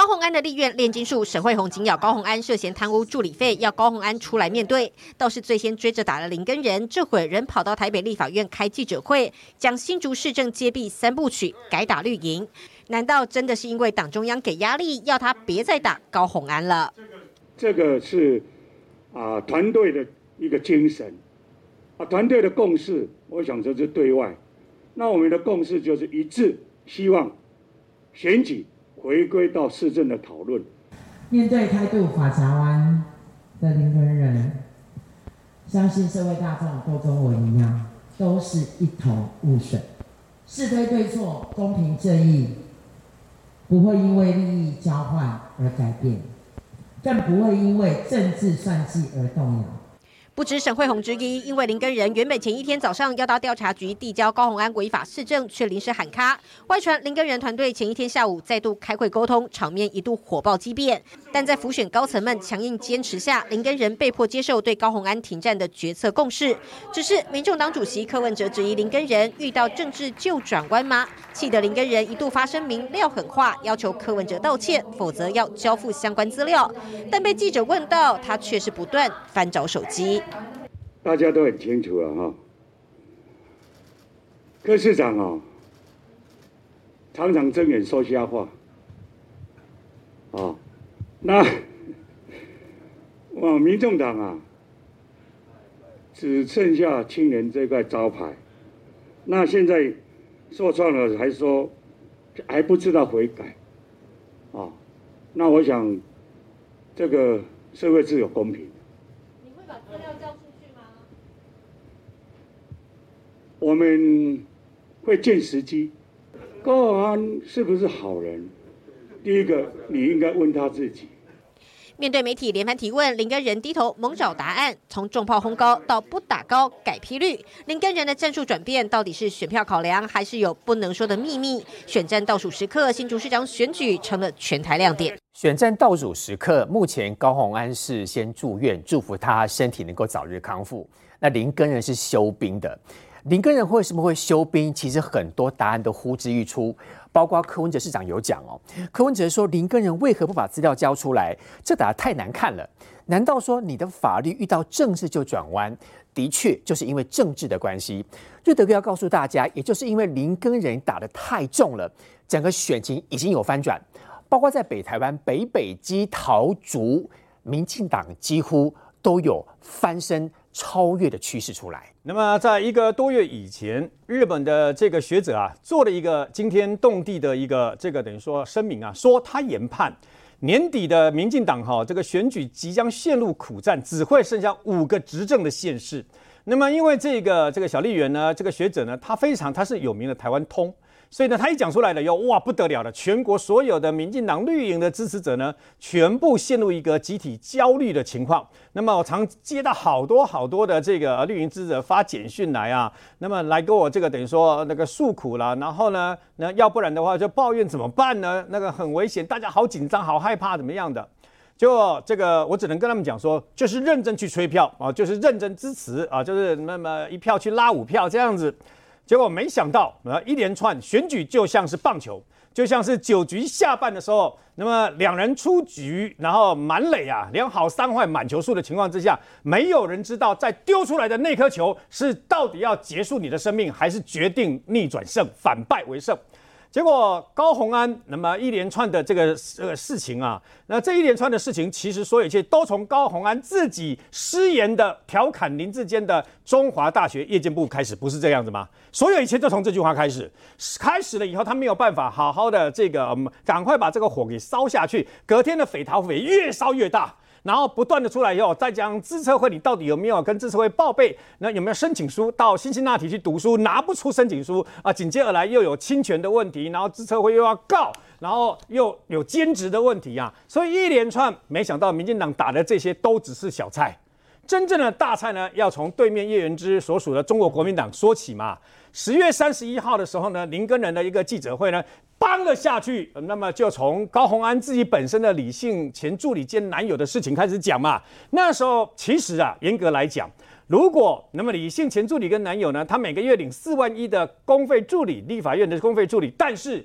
高虹安的立院炼金术，沈慧虹紧咬高虹安涉嫌贪污助理费，要高虹安出来面对。倒是最先追着打的林耕仁，这会人跑到台北立法院开记者会，将新竹市政接弊三部曲改打绿营。难道真的是因为党中央给压力，要他别再打高虹安了？ 这个是团队的一个精神团队的共识，我想这是对外。那我们的共识就是一致，希望选举回归到市政的讨论。 面对态度法夹弯的林耕仁，相信社会大众都跟我一样，都是一头雾水。是非对错、公平正义，不会因为利益交换而改变，更不会因为政治算计而动摇。 不止沈慧虹之一，因为林耕仁原本前一天早上要到调查局递交高虹安违法事证，却临时喊卡。外传林耕仁团队前一天下午再度开会沟通，场面一度火爆激辩。但在辅选高层们强硬坚持下，林耕仁被迫接受对高虹安停战的决策共识。只是民众党主席柯文哲质疑林耕仁遇到政治就转弯吗？气得林耕仁一度发声明撂狠话，要求柯文哲道歉，否则要交付相关资料。但被记者问到，他却是不断翻找手机。 大家都很清楚了柯市长常常睁眼说瞎话那民众党只剩下青年这块招牌，那现在受创了，还说还不知道悔改那我想这个社会自有公平。 你会把资料交出去吗？ 我们会见时机。高虹安是不是好人？第一个，你应该问他自己。 面对媒体连番提问，林耕仁低头猛找答案。从重炮轰高到不打高改批率，林耕仁的战术转变到底是选票考量，还是有不能说的秘密？选战倒数时刻，新竹市长选举成了全台亮点。 选战倒数时刻，目前高虹安是先住院，祝福他身体能够早日康复。那林耕仁是休兵的。林耕仁为什么会休兵？其实很多答案都呼之欲出，包括柯文哲市长有讲柯文哲说林耕仁为何不把资料交出来？这打得太难看了。难道说你的法律遇到政治就转弯？的确就是因为政治的关系。瑞德哥要告诉大家，也就是因为林耕仁打得太重了，整个选情已经有翻转，包括在北台湾北基桃竹，民进党几乎都有翻身超越的趋势出来。 那么，在1个多月以前，日本的这个学者做了一个惊天动地的一个等于说声明说他研判年底的民进党这个选举即将陷入苦战，只会剩下5个执政的县市。那么，因为这个小笠原呢，这个学者呢，他是有名的台湾通。所以呢，他一讲出来了以后，哇，不得了了！全国所有的民进党绿营的支持者呢，全部陷入一个集体焦虑的情况。那么我常接到好多的这个绿营支持者发简讯来那么来跟我等于说那个诉苦啦，然后呢，要不然的话就抱怨怎么办呢？那个很危险，大家好紧张，好害怕，怎么样的？结果我只能跟他们讲说，就是认真去催票就是认真支持就是那么1票去拉5票这样子。结果没想到一连串选举就像是棒球，就像是9局下半的时候，那么2人出局，然后满垒2好3坏满球数的情况之下，没有人知道在丢出来的那颗球是到底要结束你的生命，还是决定逆转胜，反败为胜。结果高虹安那么一连串的这个事情那这一连串的事情，其实所有一切都从高虹安自己失言的调侃林志坚的中华大学夜间部开始，不是这样子吗？所有一切都从这句话开始了以后，他没有办法好好的赶快把这个火给烧下去，隔天的匪逃匪越烧越大。然后不断的出来以后，再讲资策会，你到底有没有跟资策会报备？那有没有申请书到辛辛那提去读书，拿不出申请书紧接而来又有侵权的问题，然后资策会又要告，然后又有兼职的问题所以一连串，没想到民进党打的这些都只是小菜，真正的大菜呢，要从对面叶元之所属的中国国民党说起嘛。10月31号的时候呢，林耕仁的一个记者会呢，帮了下去，那么就从高虹安自己本身的李姓前助理兼男友的事情开始讲嘛。那时候其实严格来讲，如果那么李姓前助理跟男友呢，他每个月领4万1的公费助理，立法院的公费助理，但是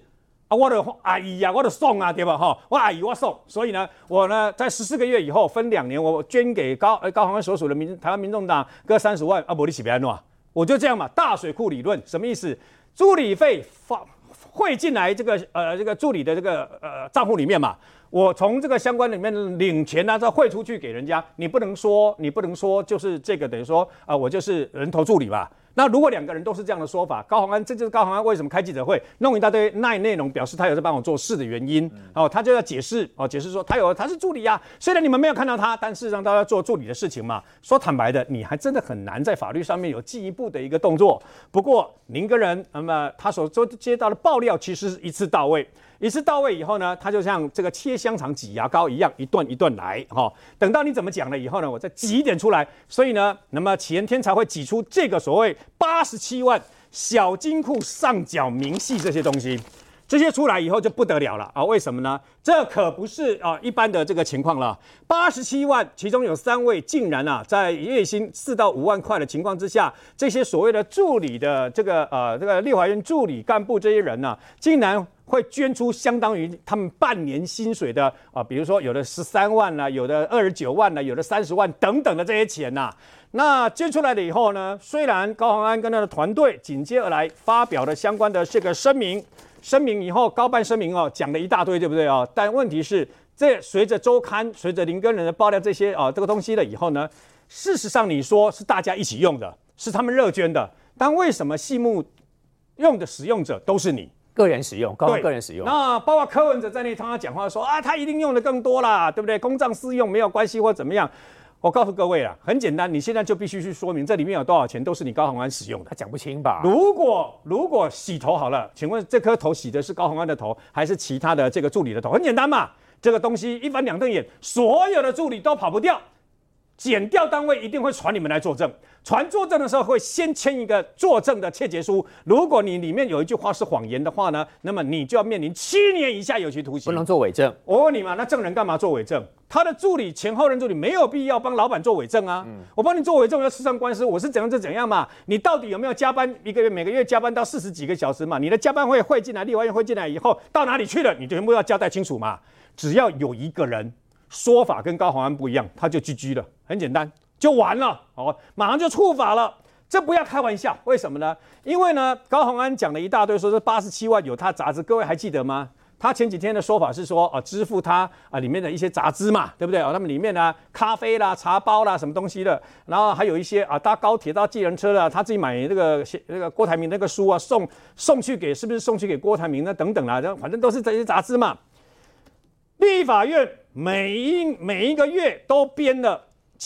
啊，我的阿姨啊，我的送啊，对吧？哈，我阿姨我送，所以呢，我呢在14个月以后分2年，我捐给高虹安所属的台湾民众党各30万啊，不你起别弄啊，我就这样嘛，大水库理论什么意思？助理费汇进来这个助理的这个账户里面嘛，我从这个相关里面领钱啊，再汇出去给人家，你不能说就是这个等于说我就是人头助理吧。那如果2个人都是这样的说法，高虹安，这就是高虹安为什么开记者会弄一大堆内容，表示他有在帮我做事的原因。他就要解释说他是助理啊，虽然你们没有看到他，但事实上他要做助理的事情嘛。说坦白的，你还真的很难在法律上面有进一步的一个动作。不过林根仁，那么他所接到的爆料其实是一次到位。一次到位以后呢，他就像这个切香肠挤牙膏一样，一段一段来等到你怎么讲了以后呢，我再挤一点出来。所以呢，那么前天才会挤出这个所谓87万小金库上缴明细这些东西。这些出来以后就不得了了为什么呢？这可不是一般的这个情况了。87万，其中有3位竟然在月薪4到5万块的情况之下，这些所谓的助理的这个立法院助理干部这些人竟然会捐出相当于他们半年薪水的比如说有的13万啦，有的29万啦，有的30万等等的这些钱那捐出来了以后呢，虽然高虹安跟他的团队紧接而来发表了相关的这个声明以后，高办声明讲了一大堆，对不对但问题是，这随着周刊、随着林根仁的爆料这些这个东西了以后呢，事实上你说是大家一起用的，是他们热捐的，但为什么细目用的使用者都是你？ 个人使用，高虹安个人使用。 那包括柯文哲在内，他讲话说他一定用的更多啦，对不对？公账私用没有关系或怎么样。我告诉各位很简单，你现在就必须去说明这里面有多少钱都是你高虹安使用的。 他讲不清吧？ 如果洗头好了，请问这颗头洗的是高虹安的头，还是其他的这个助理的头？很简单嘛，这个东西一翻两瞪眼，所有的助理都跑不掉。检调单位一定会传你们来作证，传作证的时候会先签一个作证的切结书。如果你里面有一句话是谎言的话呢，那么你就要面临7年以下有期徒刑。 不能做伪证。 我问你嘛，那证人干嘛做伪证？他的助理前后任助理没有必要帮老板做伪证啊。我帮你做伪证要吃上官司，我是怎样就怎样嘛。你到底有没有加班？每个月加班到40几个小时嘛？你的加班费汇进来，立法院汇进来以后到哪里去了？你全部要交代清楚嘛。只要有一个人说法跟高虹安不一样，他就 GG 了，很简单，就完了马上就处罚了。这不要开玩笑，为什么呢？因为呢，高虹安讲了一大堆，说这87万有他杂志，各位还记得吗？他前几天的说法是说支付他里面的一些杂支嘛，对不对他们里面呢咖啡啦、茶包啦什么东西的，然后还有一些搭高铁、搭计程车啦，他自己买那个郭台铭那个书送去给，是不是送去给郭台铭呢？等等啦，反正都是这些杂支嘛。立法院每一个月都编了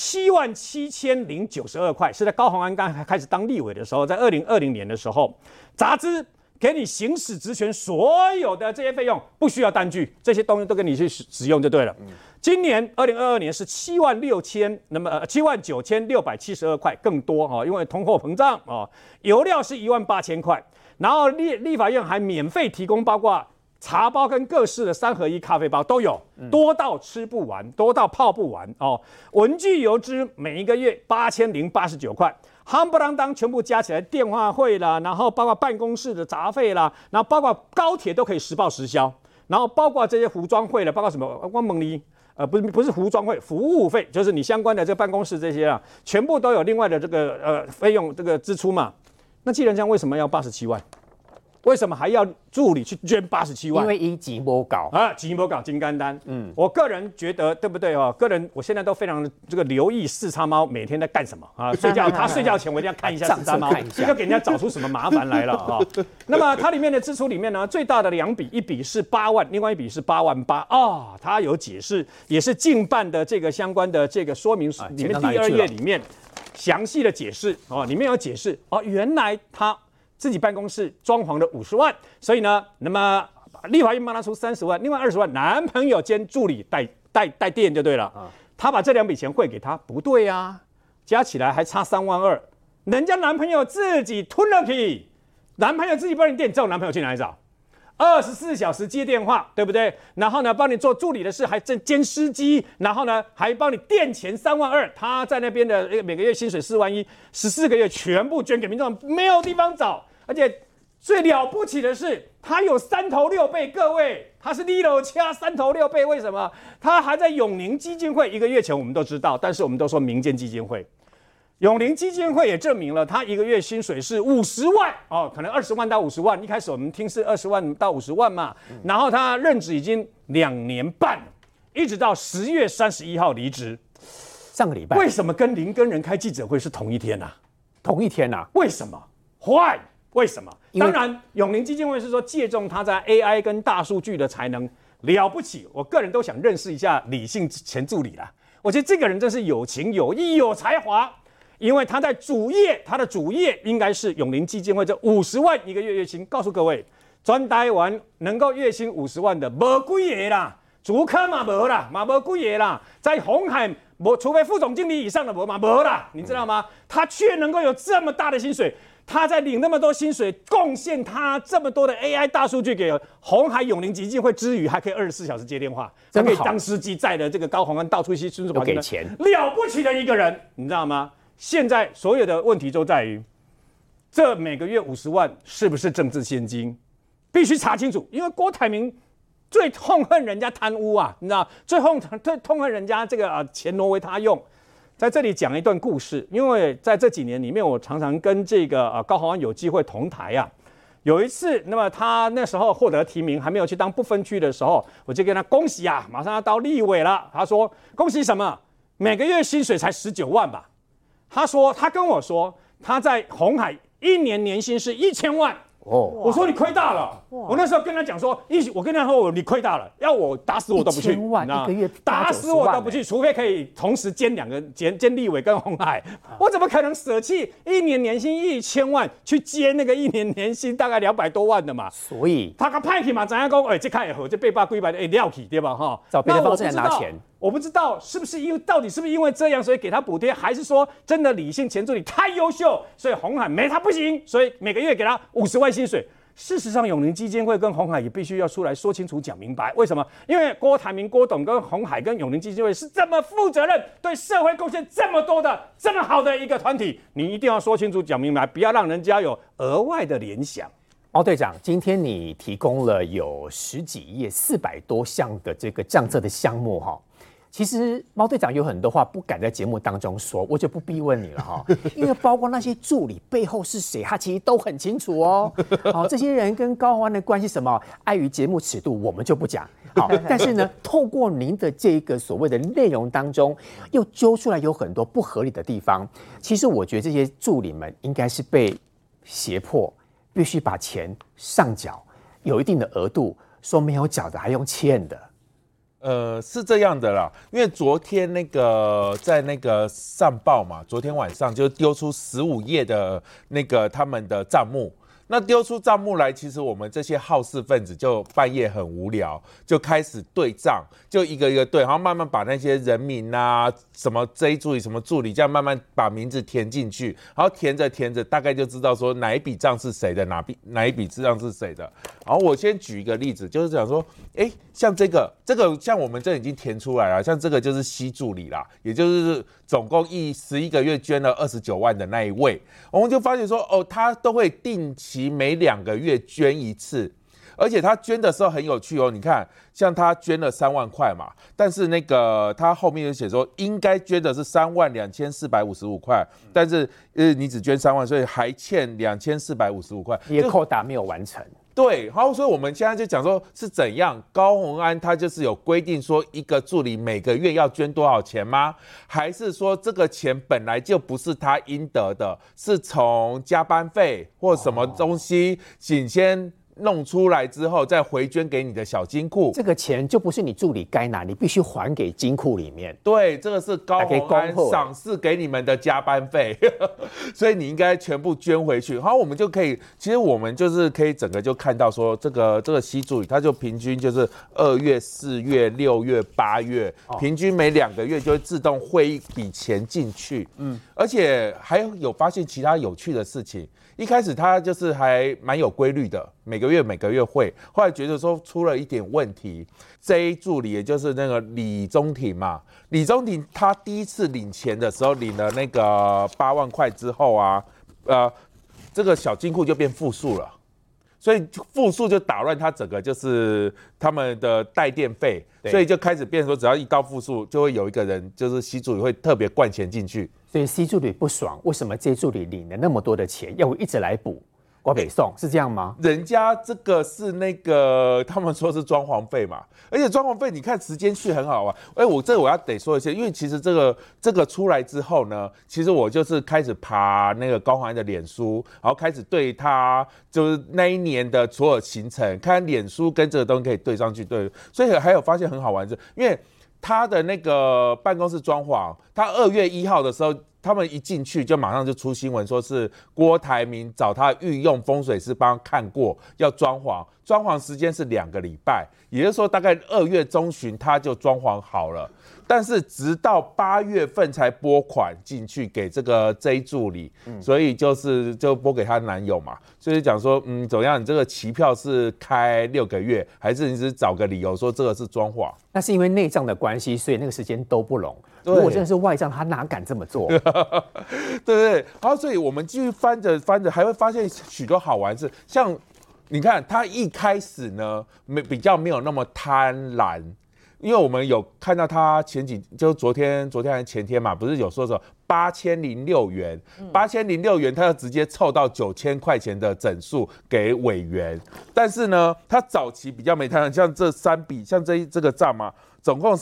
77092块，是在高虹安刚开始当立委的时候，在2020年的时候，杂支给你行使职权所有的这些费用不需要单据，这些东西都给你去使用就对了。今年2022年是76000，那么79672块更多因为通货膨胀油料是18000块，然后立法院还免费提供包括茶包跟各式的3合1咖啡包都有，多到吃不完，多到泡不完文具油资每一个月8089块，夯不啷当全部加起来，电话费啦，然后包括办公室的杂费啦，然后包括高铁都可以实报实销，然后包括这些服装费了，包括什么光蒙尼不是服装费，服务费就是你相关的这个办公室这些全部都有另外的这个费用这个支出嘛。那既然这样，为什么要87万？为什么还要助理去捐87万？ 因为一级摸搞级摸搞金干单。我个人觉得对不对个人我现在都非常这个留意四叉猫每天在干什么睡觉他睡觉前我一定要看一下四叉猫，要给人家找出什么麻烦来了那么它里面的支出里面呢，最大的2笔，一笔是8万，另外一笔是8万8它有解释，也是近半的这个相关的这个说明里面第2页里面详细的解释里面有解释原来他自己办公室装潢的50万，所以呢，那么立法院帮他出30万，另外20万男朋友兼助理带电就对了他把这2笔钱汇给他，不对加起来还差3万2，人家男朋友自己吞了去，男朋友自己帮你垫，这种男朋友去哪里找？24小时接电话，对不对？然后呢，帮你做助理的事，还兼司机，然后呢，还帮你垫钱3万2，他在那边的每个月薪水4万1，14个月全部捐给民众，没有地方找。而且最了不起的是，他有3头6臂，各位，他是利落掐3头6臂，为什么？他还在永宁基金会1个月前，我们都知道，但是我们都说民间基金会。永宁基金会也证明了，他1个月薪水是50万哦，可能20万到50万。一开始我们听是20万到50万嘛，然后他任职已经2年半，一直到10月31号离职。 上个礼拜为什么跟林耕仁开记者会是同一天啊？ 同一天啊？ 为什么 ？Why？ 为什么？当然，永宁基金会是说借重他在 AI 跟大数据的才能了不起。我个人都想认识一下李姓前助理啦。我觉得这个人真是有情有义有才华。因为他在他的主业应该是永宁基金会这50万1个月月薪。告诉各位，全台湾能够月薪50万的没几个啦，竹科嘛没啦，嘛没几个啦，在鸿海除非副总经理以上的没啦，你知道吗？他却能够有这么大的薪水，他在领那么多薪水，贡献他这么多的 AI 大数据给鸿海永宁基金会之余，还可以24小时接电话，还可以当司机载的这个高虹安到处去孙子宝给钱，了不起的一个人，你知道吗？现在所有的问题都在于，这每个月50万是不是政治现金，必须查清楚。因为郭台铭最痛恨人家贪污啊，你知道，最痛恨人家这个钱挪为他用。在这里讲一段故事，因为在这几年里面，我常常跟这个高虹安有机会同台啊。有一次，那么他那时候获得提名，还没有去当不分区的时候，我就跟他恭喜啊，马上要到立委了。他说恭喜什么？每个月薪水才19万吧。他跟我说，他在鸿海1年年薪是1000万。我说你亏大了。我那时候跟他讲说，我跟他说你亏大了，要我打死我都不去。 1000万1个月， 打死我都不去，除非可以同时兼兼立委跟鸿海。我怎么可能舍弃1年年薪1000万去接那个1年年薪大概200多万的嘛？ 所以他个派去嘛，怎样讲？这开也好，这被扒归白的撂起对吧？哈， 找别的方式来拿钱。 我不知道是不是到底是不是因为这样，所以给他补贴，还是说真的李姓前助理太优秀，所以鸿海没他不行，所以每个月给他50万薪水。事实上，永宁基金会跟鸿海也必须要出来说清楚、讲明白。为什么？因为郭台铭、郭董跟鸿海跟永宁基金会是这么负责任、对社会贡献这么多的、这么好的一个团体，你一定要说清楚、讲明白，不要让人家有额外的联想。 毛队长，今天你提供了有10几页、400多项的这个降色的项目哈。其实毛队长有很多话不敢在节目当中说，我就不逼问你了哈，因为包括那些助理背后是谁，他其实都很清楚哦。好，这些人跟高虹安的关系什么，碍于节目尺度，我们就不讲。好，但是呢，透过您的这个所谓的内容当中，又揪出来有很多不合理的地方。其实我觉得这些助理们应该是被胁迫，必须把钱上缴，有一定的额度，说没有缴的还用欠的。 是这样的啦，因为昨天在那个上报嘛，昨天晚上就丢出15页的那个他们的账目。那丢出账目来，其实我们这些好事分子就半夜很无聊，就开始对账，就一个一个对，然后慢慢把那些人名啊，什么 J 助理、什么助理，这样慢慢把名字填进去，然后填着填着，大概就知道说哪一笔账是谁的，哪一笔账是谁的。然后我先举一个例子，就是讲说，像这个像我们这已经填出来了，像这个就是 C 助理啦，也就是总共11个月捐了29万的那一位，我们就发现说，他都会定期每2个月捐一次，而且他捐的时候很有趣哦。你看，像他捐了3万块嘛，但是他后面就写说应该捐的是32455块，但是你只捐3万，所以还欠2455块， 你的扣打没有完成。 对，然后所以我们现在就讲说是怎样，高虹安他就是有规定说一个助理每个月要捐多少钱吗？还是说这个钱本来就不是他应得的，是从加班费或什么东西请先弄出来之后再回捐给你的小金库？ 这个钱就不是你助理该拿，你必须还给金库里面。 对，这个是高虹安赏识给你们的加班费，所以你应该全部捐回去。然后我们就可以，其实我们就是可以整个就看到说，这个C助理他就平均就是2月、4月、6月、8月，平均每2个月就会自动汇一笔钱进去。而且还有发现其他有趣的事情。一开始他就是还蛮有规律的，每个月会，后来觉得说出了一点问题。J 助理也就是那个李宗廷嘛，李宗廷他第一次领钱的时候领了那个8万块之后啊，这个小金库就变负数了。 所以负数就打乱他整个就是他们的带电费，所以就开始变成说，只要一到负数，就会有一个人就是习主席会特别灌钱进去。 所以习助理不爽，为什么这助理领了那么多的钱，要我一直来补？我北宋是这样吗？ 人家这个是那个他们说是装潢费嘛，而且装潢费你看时间序很好啊。我要得说一下，因为其实这个出来之后呢，其实我就是开始爬那个高虹安的脸书，然后开始对他就是那一年的所有行程，看脸书跟这个东西可以对上去，对，所以还有发现很好玩是，因为他的那个办公室装潢，他2月1号的时候。他们一进去就马上就出新闻，说是郭台铭找他御用风水师帮他看过，要装潢，装潢时间是2个礼拜，也就是说大概2月中旬他就装潢好了，但是直到8月份才拨款进去给这个 J 助理，所以就拨给她男友嘛，所以讲说怎么样，你这个期票是开6个月，还是你只是找个理由说这个是装潢？ 那是因为内账的关系，所以那个时间都不拢。如果真的是外账，他哪敢这么做？ 对不对？然后，所以我们继续翻着，还会发现许多好玩事，像你看他一开始呢，比较没有那么贪婪，因为我们有看到他就昨天还是前天嘛，不是有说8006元，8006元他要直接凑到9000块钱的整数给委员，但是呢，他早期比较没贪婪，像这3笔，像这个账嘛。总共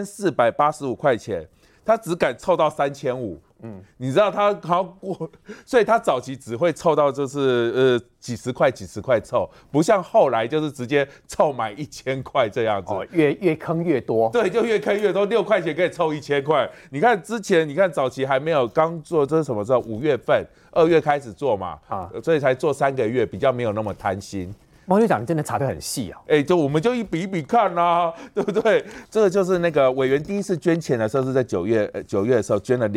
3485块钱，他只敢凑到3500。你知道他好像过，所以他早期只会凑到就是几十块凑，不像后来就是直接凑满1000块这样子。 越坑越多。 对，就越坑越多，6块钱可以凑1000块。你看之前，你看早期还没有刚做，这是什么时候？5月份，2月开始做嘛，所以才做3个月，比较没有那么贪心。 汪院长，你真的查得很细啊！ 我们就一笔一笔看啊，对不对？这个就是那个委员第一次捐钱的时候是在9月的时候捐了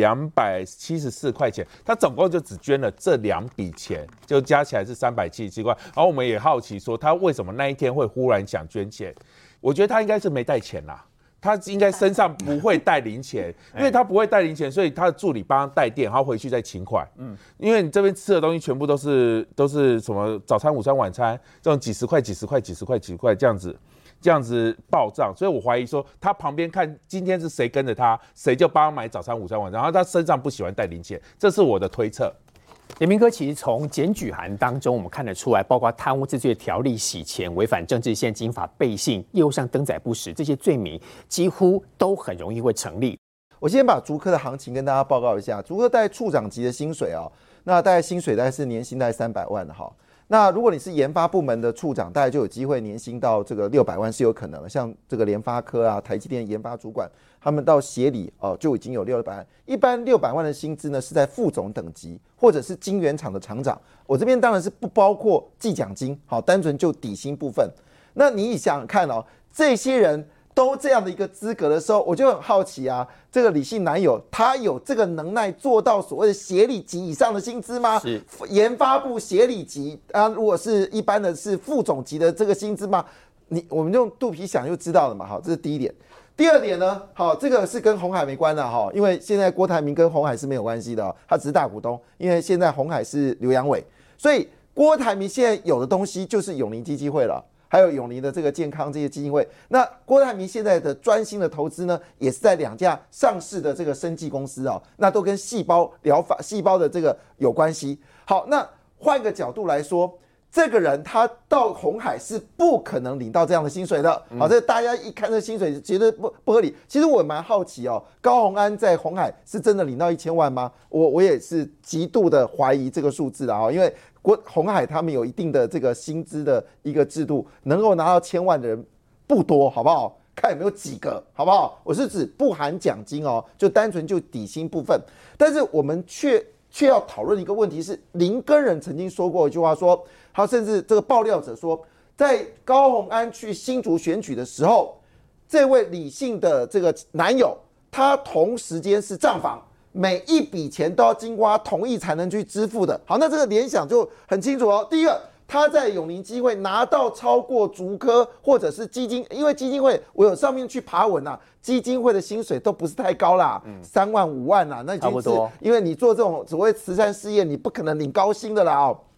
274块钱，他总共就只捐了这2笔钱，就加起来是377块。然后我们也好奇说，他为什么那一天会忽然想捐钱？我觉得他应该是没带钱啦。他应该身上不会带零钱，因为他不会带零钱，所以他的助理帮他带电，然后回去再请款。因为你这边吃的东西全部都是什么早餐、午餐、晚餐这种几十块这样子报账，所以我怀疑说他旁边看今天是谁跟着他，谁就帮他买早餐、午餐、晚餐，然后他身上不喜欢带零钱，这是我的推测。 点名哥，其实从检举函当中我们看得出来，包括贪污治罪条例、洗钱、违反政治献金法、背信、业务上登载不实这些罪名，几乎都很容易会成立。 我先把竹科的行情跟大家报告一下，竹科大概处长级的薪水啊，那大概薪水大概是年薪大概300万的哈。那如果你是研发部门的处长，大概就有机会年薪到这个600万是有可能的。像这个联发科啊、台积电研发主管，他们到协理就已经有600万。一般600万的薪资呢是在副总等级，或者是晶圆厂的厂长。我这边当然是不包括计奖金，好，单纯就底薪部分。那你想想看这些人都这样的一个资格的时候，我就很好奇啊，这个李姓男友他有这个能耐做到所谓的协理级以上的薪资吗？是研发部协理级啊，如果是一般的是副总级的这个薪资吗？我们用肚皮想就知道了嘛。好，这是第一点。第二点呢，好，这个是跟鸿海没关的哈，因为现在郭台铭跟鸿海是没有关系的，他只是大股东，因为现在鸿海是刘扬伟，所以郭台铭现在有的东西就是永龄基金会了。还有永龄的这个健康这些基金会，那郭台铭现在的专心的投资呢，也是在2家上市的这个生技公司那都跟细胞疗法、细胞的这个有关系。好，那换个角度来说，这个人他到鸿海是不可能领到这样的薪水的。好，这大家一看这薪水觉得不合理。其实我蛮好奇高虹安在鸿海是真的领到1000万吗？我也是极度的怀疑这个数字因为鸿海他们有一定的这个薪资的一个制度，能够拿到1000万的人不多，好不好？看有没有几个，好不好？我是指不含奖金就单纯就底薪部分。但是我们却要讨论一个问题是，林耕仁曾经说过一句话说，他甚至这个爆料者说，在高虹安去新竹选举的时候，这位李姓的这个男友，他同时间是账房。每一笔钱都要经过他同意才能去支付的。好，那这个联想就很清楚第一个，他在永龄基金会拿到超过竹科或者是基金，因为基金会我有上面去爬文基金会的薪水都不是太高啦，3万5万啦，那已经是因为你做这种所谓慈善事业，你不可能领高薪的啦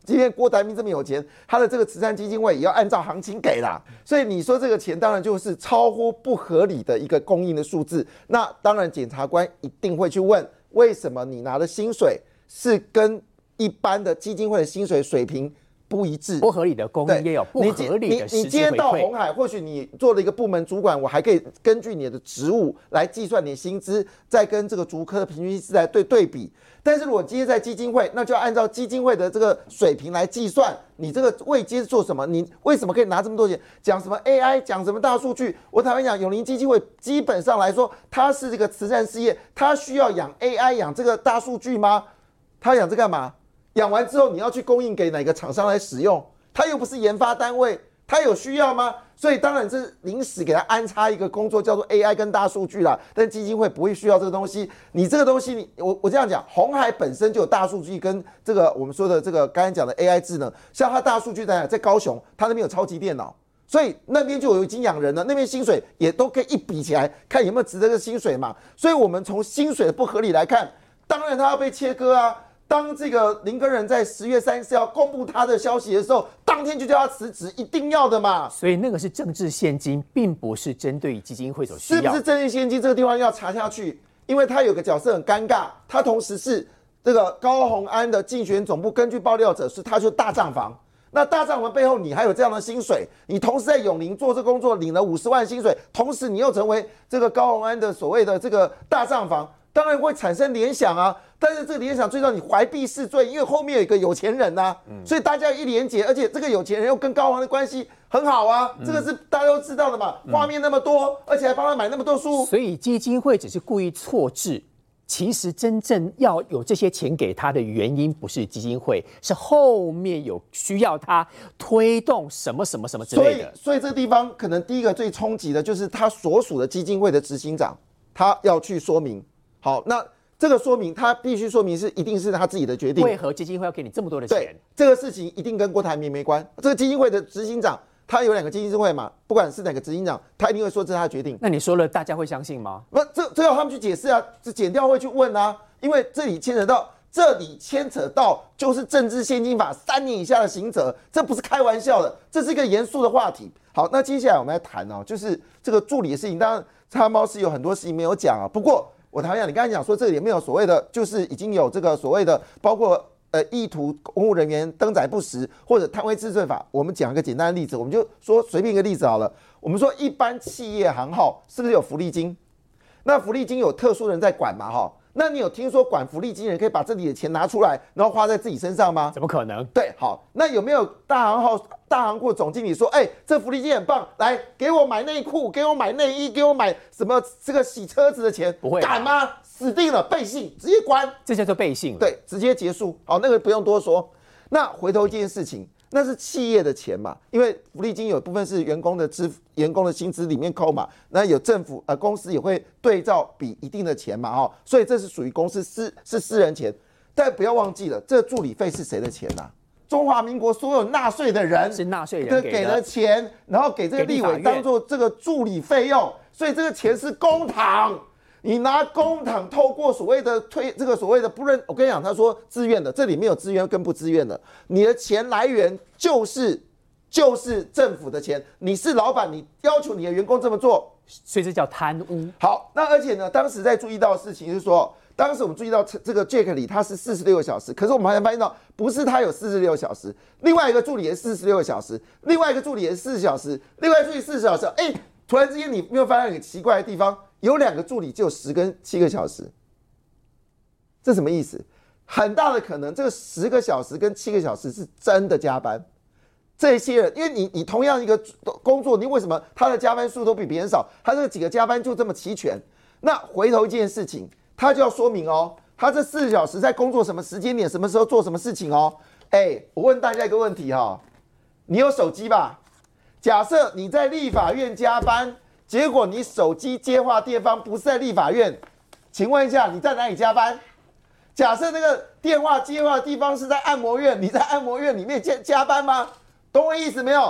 今天郭台铭这么有钱，他的这个慈善基金会也要按照行情给啦。所以你说这个钱当然就是超乎不合理的一个供应的数字。那当然检察官一定会去问，为什么你拿的薪水是跟一般的基金会的薪水水平不一致？ 不合理的供应也有不合理的实质回馈。 你今天到鸿海，或许你做了一个部门主管，我还可以根据你的职务来计算你的薪资，再跟这个竹科的平均薪资来对比。但是如果今天在基金会，那就要按照基金会的这个水平来计算，你这个位阶是做什么？你为什么可以拿这么多钱？讲什么 AI， 讲什么大数据？我坦白讲，永龄基金会基本上来说，它是这个慈善事业，它需要养 AI， 养这个大数据吗？它养这干嘛？养完之后你要去供应给哪个厂商来使用？它又不是研发单位，它有需要吗？所以当然这是临时给它安插一个工作，叫做 AI 跟大数据啦。但基金会不会需要这个东西。你这个东西，我这样讲，鸿海本身就有大数据跟这个我们说的这个刚才讲的 AI 智能，像它大数据在高雄，它那边有超级电脑，所以那边就有已经养人了，那边薪水也都可以一比起来，看有没有值这个薪水嘛。所以我们从薪水的不合理来看，当然它要被切割啊。当这个林耕仁在10月30号公布他的消息的时候，当天就叫他辞职，一定要的嘛。 所以那个是政治现金，并不是针对基金会所需要。 是不是政治现金这个地方要查下去？因为他有个角色很尴尬，他同时是这个高虹安的竞选总部，根据爆料者是他就是大账房。那大账房背后你还有这样的薪水，你同时在永龄做这工作领了50万薪水，同时你又成为这个高虹安的所谓的这个大账房。当然会产生联想啊，但是这个联想最让你怀璧是罪，因为后面有一个有钱人啊，所以大家一连结，而且这个有钱人又跟高虹的关系很好啊，这个是大家都知道的嘛，画面那么多，而且还帮他买那么多书， 所以基金会只是故意错置，其实真正要有这些钱给他的原因不是基金会，是后面有需要他推动什么什么什么之类的。 所以这个地方可能第一个最冲击的就是他所属的基金会的执行长，他要去说明。好，那这个说明他必须说明是一定是他自己的决定。 为何基金会要给你这么多的钱？ 对，这个事情一定跟郭台铭没关。这个基金会的执行长，他有2个基金会嘛，不管是哪个执行长，他一定会说这是他的决定。 那你说了，大家会相信吗？ 不，这要他们去解释啊，这检调会去问啊，因为这里牵扯到就是政治现金法3年以下的刑责，这不是开玩笑的，这是一个严肃的话题。好，那接下来我们来谈哦，就是这个助理的事情。当然，叉猫是有很多事情没有讲啊，不过。我谈讲，你刚才讲说这里面有所谓的，就是已经有这个所谓的，包括意图公务人员登载不实或者贪污治罪法。我们讲一个简单的例子，我们就说随便一个例子好了。我们说一般企业行号是不是有福利金？那福利金有特殊人在管嘛？哈，那你有听说管福利金人可以把这里的钱拿出来，然后花在自己身上吗？ 怎么可能？ 对，好，那有没有大行库总经理说，这福利金很棒，来给我买内裤，给我买内衣，给我买什么这个洗车子的钱？ 不会， 敢吗？死定了，背信，直接关， 这叫做背信了。 对，直接结束。好，那个不用多说。那回头一件事情，那是企业的钱嘛，因为福利金有一部分是员工的薪资里面扣嘛，那有政府公司也会对照比一定的钱嘛，所以这是属于公司是私人钱。但不要忘记了，这助理费是谁的钱啊？中华民国所有纳税的人是纳税人给了钱，然后给这个立委当做这个助理费用，所以这个钱是公帑。你拿公帑透过所谓的这个所谓的不认，我跟你讲，他说自愿的，这里没有自愿跟不自愿的，你的钱来源就是政府的钱，你是老板，你要求你的员工这么做， 所以这叫贪污。 好，那而且呢，当时在注意到的事情是说，当时我们注意到这个 Jack 里他是46个小时，可是我们还发现到不是他有46个小时，另外一个助理也是46个小时，另外一个助理也是40小时，另外一个助理40小时，突然之间你没有发现很奇怪的地方？有2个助理就10跟7个小时，这什么意思？很大的可能，这个10个小时跟7个小时是真的加班。这些人，因为你同样一个工作，你为什么他的加班数都比别人少？他这几个加班就这么齐全？那回头一件事情，他就要说明哦，他这4小时在工作什么时间点、什么时候做什么事情哦。我问大家一个问题哈，你有手机吧？假设你在立法院加班。结果你手机接话电方不是在立法院，请问一下你在哪里加班？假设那个电话接话的地方是在按摩院，你在按摩院里面加班吗？懂我意思没有？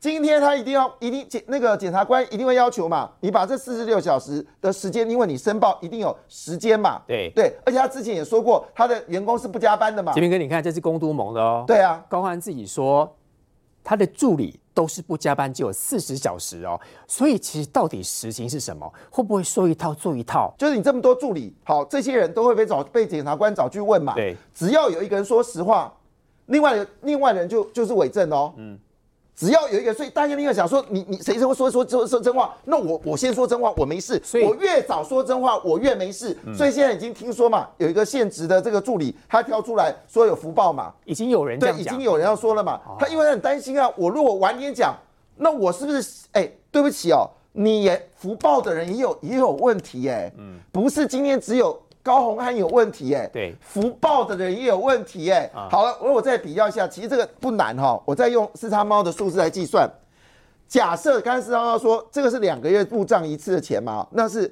今天他一定那个检察官一定会要求嘛，你把这46小时的时间，因为你申报一定有时间嘛。 对， 而且他之前也说过，他的员工是不加班的嘛。 杰明哥，你看这是公都盟的哦。 对啊， 高虹安自己说，他的助理都是不加班，只有40小时哦。所以其实到底实情是什么？会不会说一套做一套？ 就是你这么多助理，好，这些人都会被检察官找去问嘛。 对， 只要有一个人说实话，另外的人就是伪证哦。只要有一个，所以大家另外想说，你谁会说真话？那我先说真话，我没事。我越早说真话，我越没事。所以现在已经听说嘛，有一个现职的这个助理，他跳出来说有福报嘛， 已经有人这样讲， 已经有人要说了嘛。他因为他很担心啊，我如果晚点讲，那我是不是对不起哦，你也福报的人也有问题不是今天只有高虹安有问题对， 福报的人也有问题好了，我再比较一下，其实这个不难我再用四叉猫的数字来计算。假设刚才四叉猫说这个是2个月入账一次的钱嘛，那是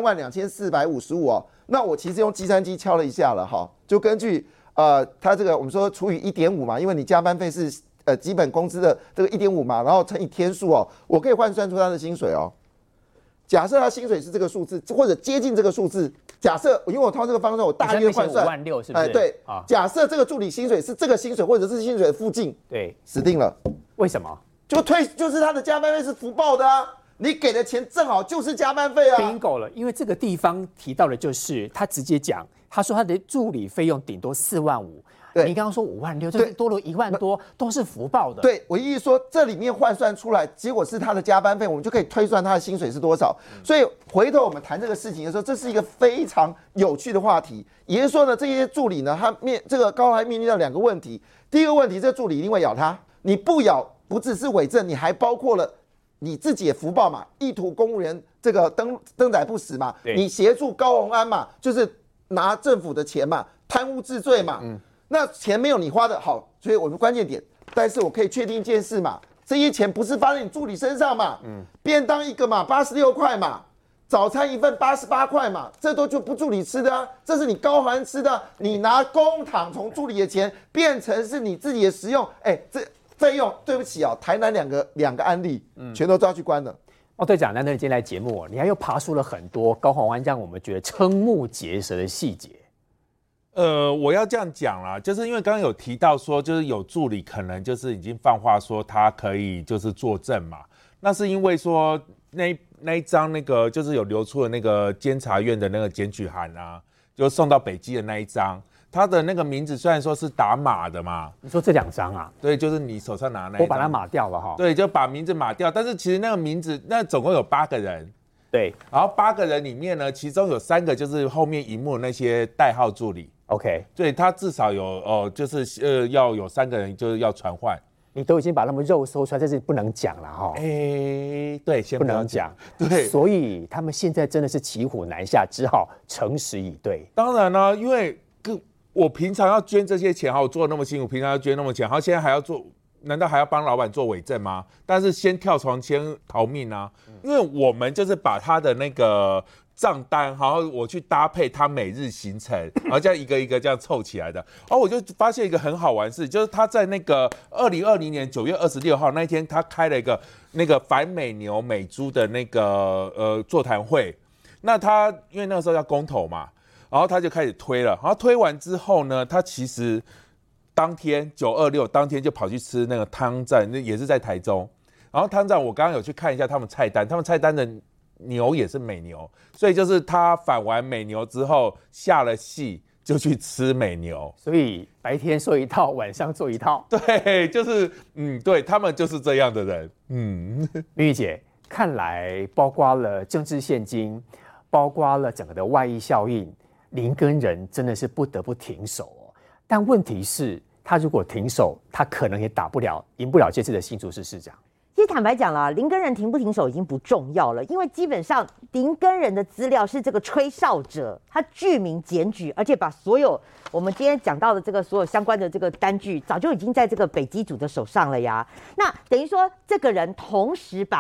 32455哦。那我其实用计算机敲了一下了就根据它这个我们说除以 1.5 嘛，因为你加班费是基本工资的这个 1.5 嘛，然后乘以天数我可以换算出他的薪水假设他薪水是这个数字，或者接近这个数字。假设因为我套这个方算，我大约换算 56000是不是？ 对假设这个助理薪水是这个薪水，或者是薪水的附近， 对， 死定了。 为什么？ 就是他的加班费是福报的你给的钱正好就是加班费 bingo 了，因为这个地方提到的就是他直接讲，他说他的助理费用顶多4万5。你刚刚说56000，就是多了1万多，都是福报的。 对，我意思说这里面换算出来，结果是他的加班费，我们就可以推算他的薪水是多少。所以回头我们谈这个事情的时候，这是一个非常有趣的话题。也就是说呢，这些助理呢，这个高虹安面临到2个问题。第一个问题，这助理一定会咬他，你不咬，不只是伪证，你还包括了你自己的福报嘛，意图公务员这个登载不实嘛，你协助高虹安嘛，就是拿政府的钱嘛，贪污治罪嘛。那钱没有你花的好，所以我们关键点，但是我可以确定一件事嘛，这些钱不是发在你助理身上嘛，便当一个嘛86块嘛，早餐一份88块嘛，这都就不助理吃的这是你高虹安吃的，你拿公帑从助理的钱变成是你自己的食用，这费用对不起台南两个案例，全都抓去关了。 队长，难得你今天来节目你还又爬出了很多高虹安让我们觉得瞠目结舌的细节。 我要这样讲啦，就是因为刚刚有提到说，就是有助理可能就是已经放话说他可以就是作证嘛，那是因为说那一张那个就是有流出的那个监察院的那个检举函就送到北基的那一张，他的那个名字虽然说是打码的嘛， 你说这2张对，就是你手上拿那一张， 我把它码掉了对，就把名字码掉，但是其实那个名字那总共有8个人。 对， 然后8个人里面呢，其中有3个就是后面荧幕那些代号助理。 OK， 对，他至少有就是要有3个人就是要传唤。 你都已经把那么肉搜出来，这是不能讲了对，先不能讲。 对， 所以他们现在真的是骑虎难下，只好诚实以对。 当然呢，因为我平常要捐这些钱我做那么辛苦，平常要捐那么钱，现在还要做。难道还要帮老板做伪证吗？但是先跳床先逃命因为我们就是把他的那个账单，然后我去搭配他每日行程，然后这样一个一个这样凑起来的。然后我就发现一个很好玩的事，就是他在那个2020年9月26号那一天，他开了一个那个反美牛美猪的那个座谈会。那他因为那个时候要公投嘛，然后他就开始推了。然后推完之后呢，他其实当天926当天就跑去吃那个汤站，也是在台中。然后汤站我刚刚有去看一下他们菜单，他们菜单的牛也是美牛，所以就是他反完美牛之后下了戏就去吃美牛， 所以白天说一套，晚上做一套。 对，就是对他们就是这样的人。 明玉姐，看来包括了政治现金，包括了整个的外溢效应，林耕仁真的是不得不停手但问题是，他如果停手，他可能也赢不了这次的新竹市市长。 其实坦白讲啦，林耕仁停不停手已经不重要了，因为基本上林耕仁的资料是这个吹哨者，他具名检举，而且把所有我们今天讲到的这个所有相关的这个单据，早就已经在这个北基组的手上了呀。那等于说，这个人同时把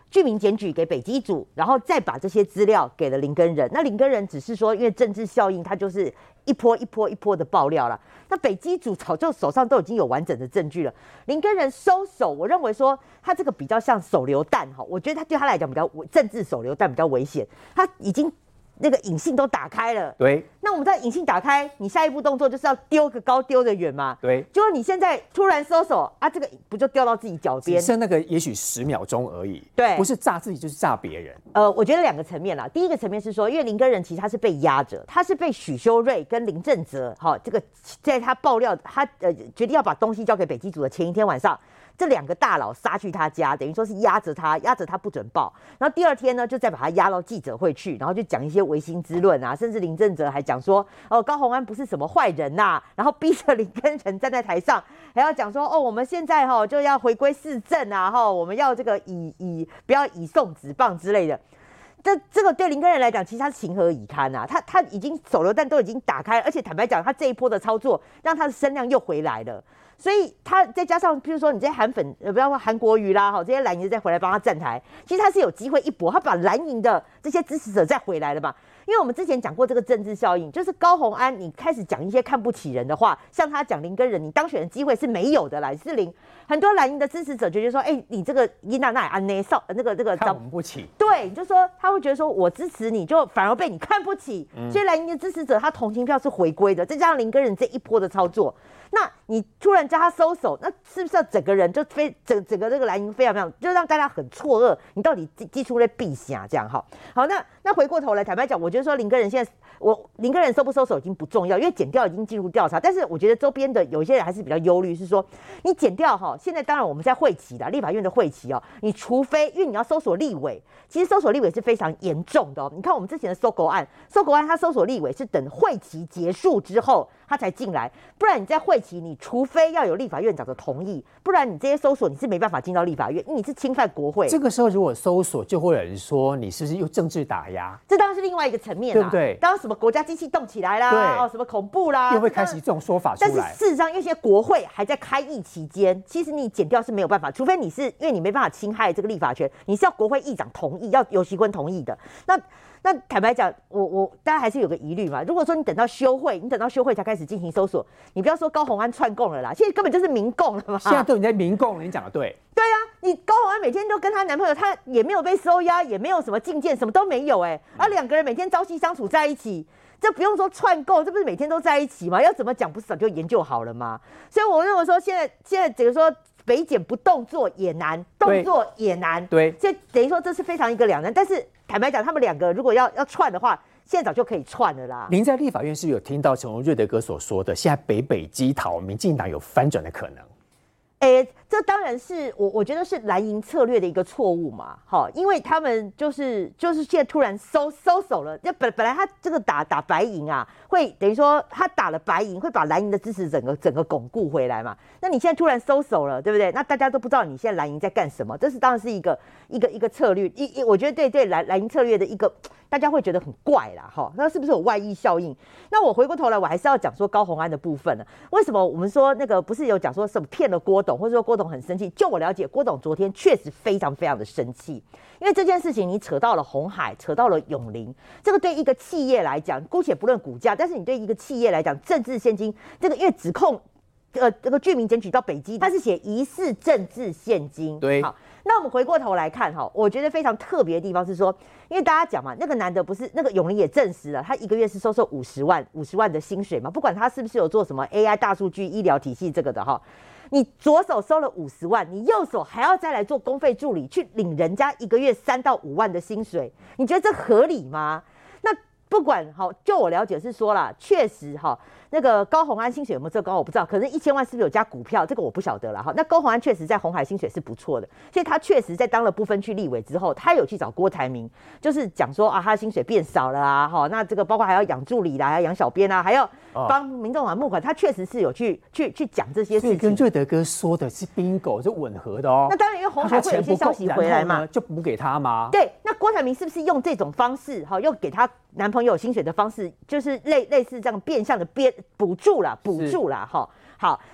具名检举给北基组，然后再把这些资料给了林耕仁。那林耕仁只是说，因为政治效应，他就是一波一波一波的爆料了。那北基组早就手上都已经有完整的证据了，林耕仁收手，我认为说他这个比较像手榴弹哈，我觉得他对他来讲比较政治手榴弹比较危险，他已经那个引信都打开了。 对， 那我们在引信打开，你下一步动作就是要丢个高丢得远嘛。 对， 结果你现在突然收手啊，这个不就掉到自己脚边？ 只剩那个也许10秒钟而已。 对， 不是炸自己就是炸别人。 我觉得2个层面啦。第一个层面是说，因为林耕仁其实他是被压着，他是被许修睿跟林正泽，这个在他爆料，他决定要把东西交给北基组的前一天晚上。这2个大佬杀去他家，等于说是压着他不准报。然后第2天呢，就再把他押到记者会去，然后就讲一些唯心之论啊，甚至林正泽还讲说，高虹安不是什么坏人呐，然后逼着林耕仁站在台上，还要讲说，我们现在就要回归市政啊，我们要这个不要以送纸棒之类的。这个对林耕仁来讲，其实他是情何以堪啊！他已经手榴弹都已经打开，而且坦白讲，他这一波的操作让他的声量又回来了。所以他再加上，譬如说你这些韩粉，不要说韩国瑜啦，这些蓝营再回来帮他站台，其实他是有机会一搏，他把蓝营的这些支持者再回来了嘛。因为我们之前讲过这个政治效应，就是高虹安你开始讲一些看不起人的话，像他讲林耕仁，你当选的机会是没有的啦，是零。很多蓝营的支持者就觉得说，你这个伊娜安内少那个看我们不起， 对，你就说他会觉得说我支持你，就反而被你看不起。所以蓝营的支持者他同情票是回归的，再加上林耕仁这一波的操作，那你突然叫他收手，那是不是要整个人就整个这个蓝营非常非常，就让大家很错愕，你到底寄出了避嫌这样好，那回过头来，坦白讲，我觉得说林耕仁现在林耕仁收不收手已经不重要，因为检调已经进入调查。但是我觉得周边的有些人还是比较忧虑，是说你检调现在当然我们在会期的立法院的会期你除非因为你要搜索立委，其实搜索立委是非常严重的你看我们之前的搜狗案他搜索立委是等会期结束之后他才进来，不然你在会期你除非要有立法院长的同意，不然你这些搜索你是没办法进到立法院，因为你是侵犯国会。 这个时候如果搜索，就会有人说你是不是又政治打压？ 这当然是另外一个层面对不对？ 当然什么国家机器动起来啦，什么恐怖啦， 又会开始这种说法出来。 但是事实上，因为现在国会还在开议期间，其实你检调是没有办法，除非你是因为你没办法侵害这个立法权，你是要国会议长同意，要游锡堃同意的。那坦白讲，我当然还是有个疑虑嘛。如果说你等到休会才开始进行搜索，你不要说高虹安串供了啦，现在根本就是民共了嘛。 现在都已经在民共了，你讲的对。 对啊，你高虹安每天都跟她男朋友，她也没有被收押，也没有什么进见，什么都没有而2个人每天朝夕相处在一起，这不用说串供，这不是每天都在一起吗？要怎么讲不是早就研究好了吗？所以我认为说现在等于说北检不动作也难，动作也难， 对， 所以等于说这是非常一个两难。但是坦白讲，他们2个如果要串的话，现在早就可以串了啦。 您在立法院是有听到陈荣瑞德哥所说的，现在北基桃民进党有翻转的可能？ 这当然是我觉得是蓝营策略的一个错误嘛，因为他们就是现在突然收手了，本来他这个打白营啊，会等于说他打了白营，会把蓝营的支持整个巩固回来嘛。那你现在突然收手了，对不对？那大家都不知道你现在蓝营在干什么，这是当然是一个策略，我觉得对蓝营策略的一个。大家会觉得很怪啦，那是不是有外溢效应？那我回过头来，我还是要讲说高虹安的部分呢。为什么我们说那个不是有讲说什么骗了郭董，或者说郭董很生气？就我了解，郭董昨天确实非常非常的生气，因为这件事情你扯到了鸿海，扯到了永林，这个对一个企业来讲，姑且不论股价，但是你对一个企业来讲，政治现金这个因为指控。这个具名检举到北基，他是写疑似政治现金。 对， 好，那我们回过头来看我觉得非常特别的地方是说，因为大家讲嘛，那个男的不是那个永林也证实了，他1个月是收50万的薪水嘛，不管他是不是有做什么 AI 大数据医疗体系这个的你左手收了50万，你右手还要再来做公费助理，去领人家1个月3到5万的薪水，你觉得这合理吗？那不管就我了解是说啦，确实那个高虹安薪水有没有这高我不知道，可是1000万是不是有加股票，这个我不晓得了那高虹安确实在鸿海薪水是不错的，所以他确实在当了不分区立委之后，他有去找郭台铭，就是讲说他的薪水变少了那这个包括还要养助理啦，还要养小编啦，还要帮民众党募款，他确实是有去讲这些事情。所以跟瑞德哥说的是 bingo 是吻合的那当然，因为鸿海会有一些消息回来嘛， 就补给他吗？ 对，那郭台铭是不是用这种方式用给他男朋友薪水的方式，就是类似这样变相的补助啦好，那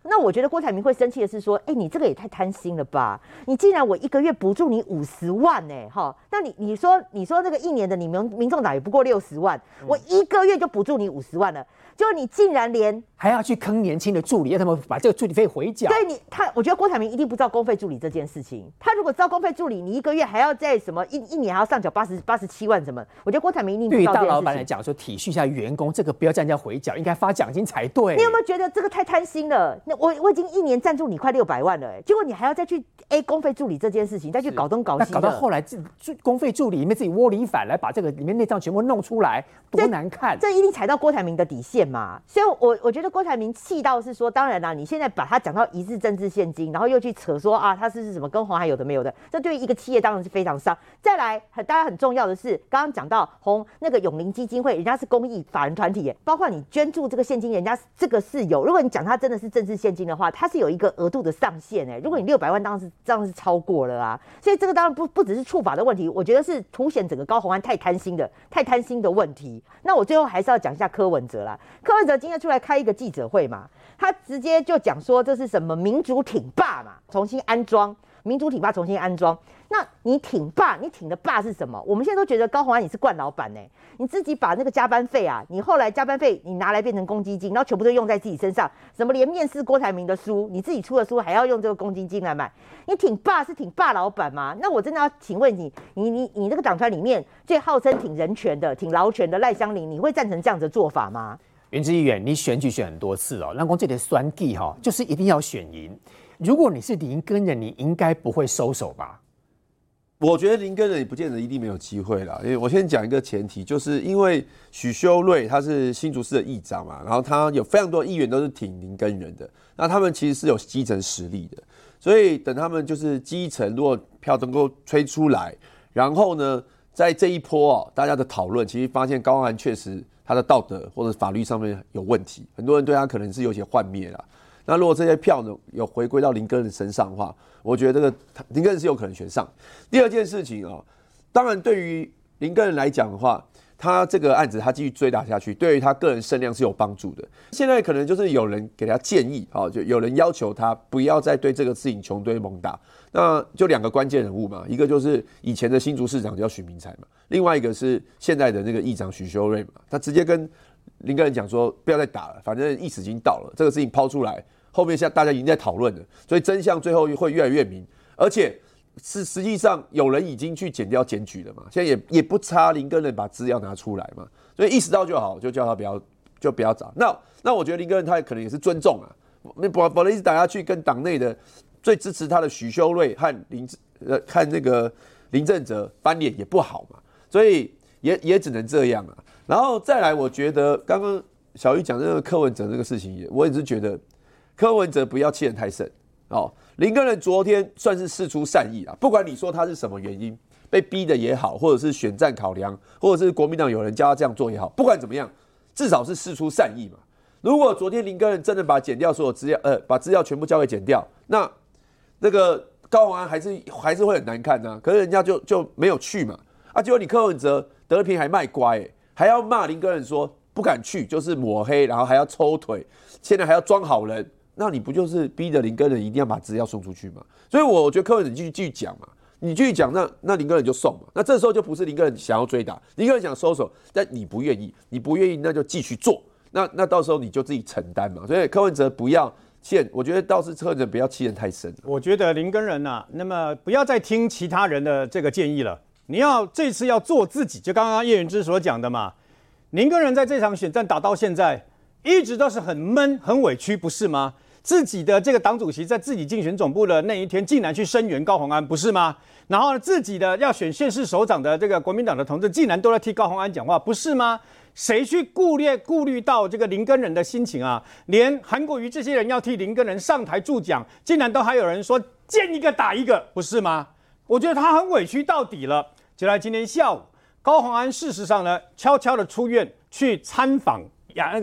那我觉得郭台铭会生气的是说，你这个也太贪心了吧？你既然我一个月补助你50万那你说那个一年的你民众党也不过60万，我一个月就补助你50万了，就你竟然连还要去坑年轻的助理，让他们把这个助理费回缴。 对我觉得郭台铭一定不知道公费助理这件事情。他如果知道公费助理，你一个月还要在什么一年还要上缴87万什么，我觉得郭台铭一定不知道这件事情。对于大老板来讲，说体恤一下员工，这个不要这样叫回缴，应该发奖金才对。 你有没有觉得这个太贪心了？我已经一年赞助你快600万了，结果你还要再去公费助理这件事情，再去搞东搞西的， 那搞到后来公费助理里面自己窝里反来把这个里面内脏全部弄出来，多难看！ 这一定踩到郭台铭的底线嘛。所以我觉得郭台铭气到是说，当然啦，你现在把他讲到疑似政治现金，然后又去扯说他是什么跟黄海有的没有的，这对于一个企业当然是非常伤。再来，大家很重要的是，刚刚讲到那个永龄基金会，人家是公益法人团体耶，包括你捐助这个现金，人家这个是有。如果你讲他真的是政治现金的话，它是有一个额度的上限如果你600万，当然是这样是超过了啊。所以这个当然不只是处罚的问题，我觉得是凸显整个高虹安太贪心的问题。那我最后还是要讲一下柯文哲啦。柯文哲今天出来开一个记者会嘛，他直接就讲说这是什么民主挺霸嘛，重新安装民主挺霸，重新安装。那你挺霸，你挺的霸是什么？我们现在都觉得高虹安你是惯老板你自己把那个加班费你后来加班费你拿来变成公积金，然后全部都用在自己身上，什么连面试郭台铭的书，你自己出的书还要用这个公积金来买，你挺霸是挺霸老板吗？那我真的要请问你这个党团里面最号称挺人权的、挺劳权的赖香伶，你会赞成这样的做法吗？ 元之议员，你选举选很多次让公这里选举就是一定要选赢。如果你是林耕仁，你应该不会收手吧？ 我觉得林耕仁也不见得一定没有机会啦，因为我先讲一个前提，就是因为许修睿他是新竹市的议长嘛，然后他有非常多议员都是挺林耕仁的，那他们其实是有基层实力的，所以等他们就是基层如果票能够吹出来，然后呢，在这一波大家的讨论，其实发现高虹安确实他的道德或者法律上面有问题，很多人对他可能是有些幻灭啦。那如果这些票呢有回归到林耕仁身上的话，我觉得这个林耕仁是有可能选上。第二件事情当然对于林耕仁来讲的话，他这个案子他继续追打下去，对于他个人声量是有帮助的。现在可能就是有人给他建议就有人要求他不要再对这个事情穷追猛打。那就2个关键人物嘛，一个就是以前的新竹市长叫许明才嘛，另外一个是现在的那个议长许修睿嘛，他直接跟林耕仁讲说不要再打了，反正意思已经到了，这个事情抛出来，后面大家已经在讨论了，所以真相最后会越来越明，而且是实际上有人已经去检调检举了嘛，现在也不差林耕仁把资料拿出来嘛，所以意识到就好，就叫他不要找。那我觉得林耕仁他可能也是尊重否则一直打下去，跟党内的最支持他的许修睿和那个林正哲翻脸也不好嘛，所以也只能这样然后再来，我觉得刚刚小玉讲那个柯文哲这个事情，我也是觉得柯文哲不要欺人太甚林耕仁昨天算是释出善意不管你说他是什么原因被逼的也好，或者是选战考量，或者是国民党有人叫他这样做也好，不管怎么样，至少是释出善意嘛。如果昨天林耕仁真的把检调所有资料把资料全部交给检调，那个高虹安还是会很难看可是人家就没有去嘛结果你柯文哲得了便宜还卖乖还要骂林耕仁说不敢去就是抹黑，然后还要抽腿，现在还要装好人，那你不就是逼着林耕仁一定要把资料送出去嘛？所以我觉得柯文哲继续讲嘛，你继续讲，那林耕仁就送嘛，那这时候就不是林耕仁想要追打，林耕仁想收手，但你不愿意，那就继续做，那到时候你就自己承担嘛。所以柯文哲不要我觉得倒是柯文哲不要欺人太甚。 我觉得林耕仁那么不要再听其他人的这个建议了，你这次要做自己，就刚刚叶元之所讲的嘛。林耕仁在这场选战打到现在，一直都是很闷、很委屈，不是吗？自己的这个党主席在自己竞选总部的那一天，竟然去声援高虹安，不是吗？然后自己的要选县市首长的这个国民党的同志，竟然都在替高虹安讲话，不是吗？谁去顾虑到这个林耕仁的心情连韩国瑜这些人要替林耕仁上台助讲，竟然都还有人说见一个打一个，不是吗？我觉得他很委屈到底了。就在今天下午，高虹安事实上呢，悄悄的出院去参访那个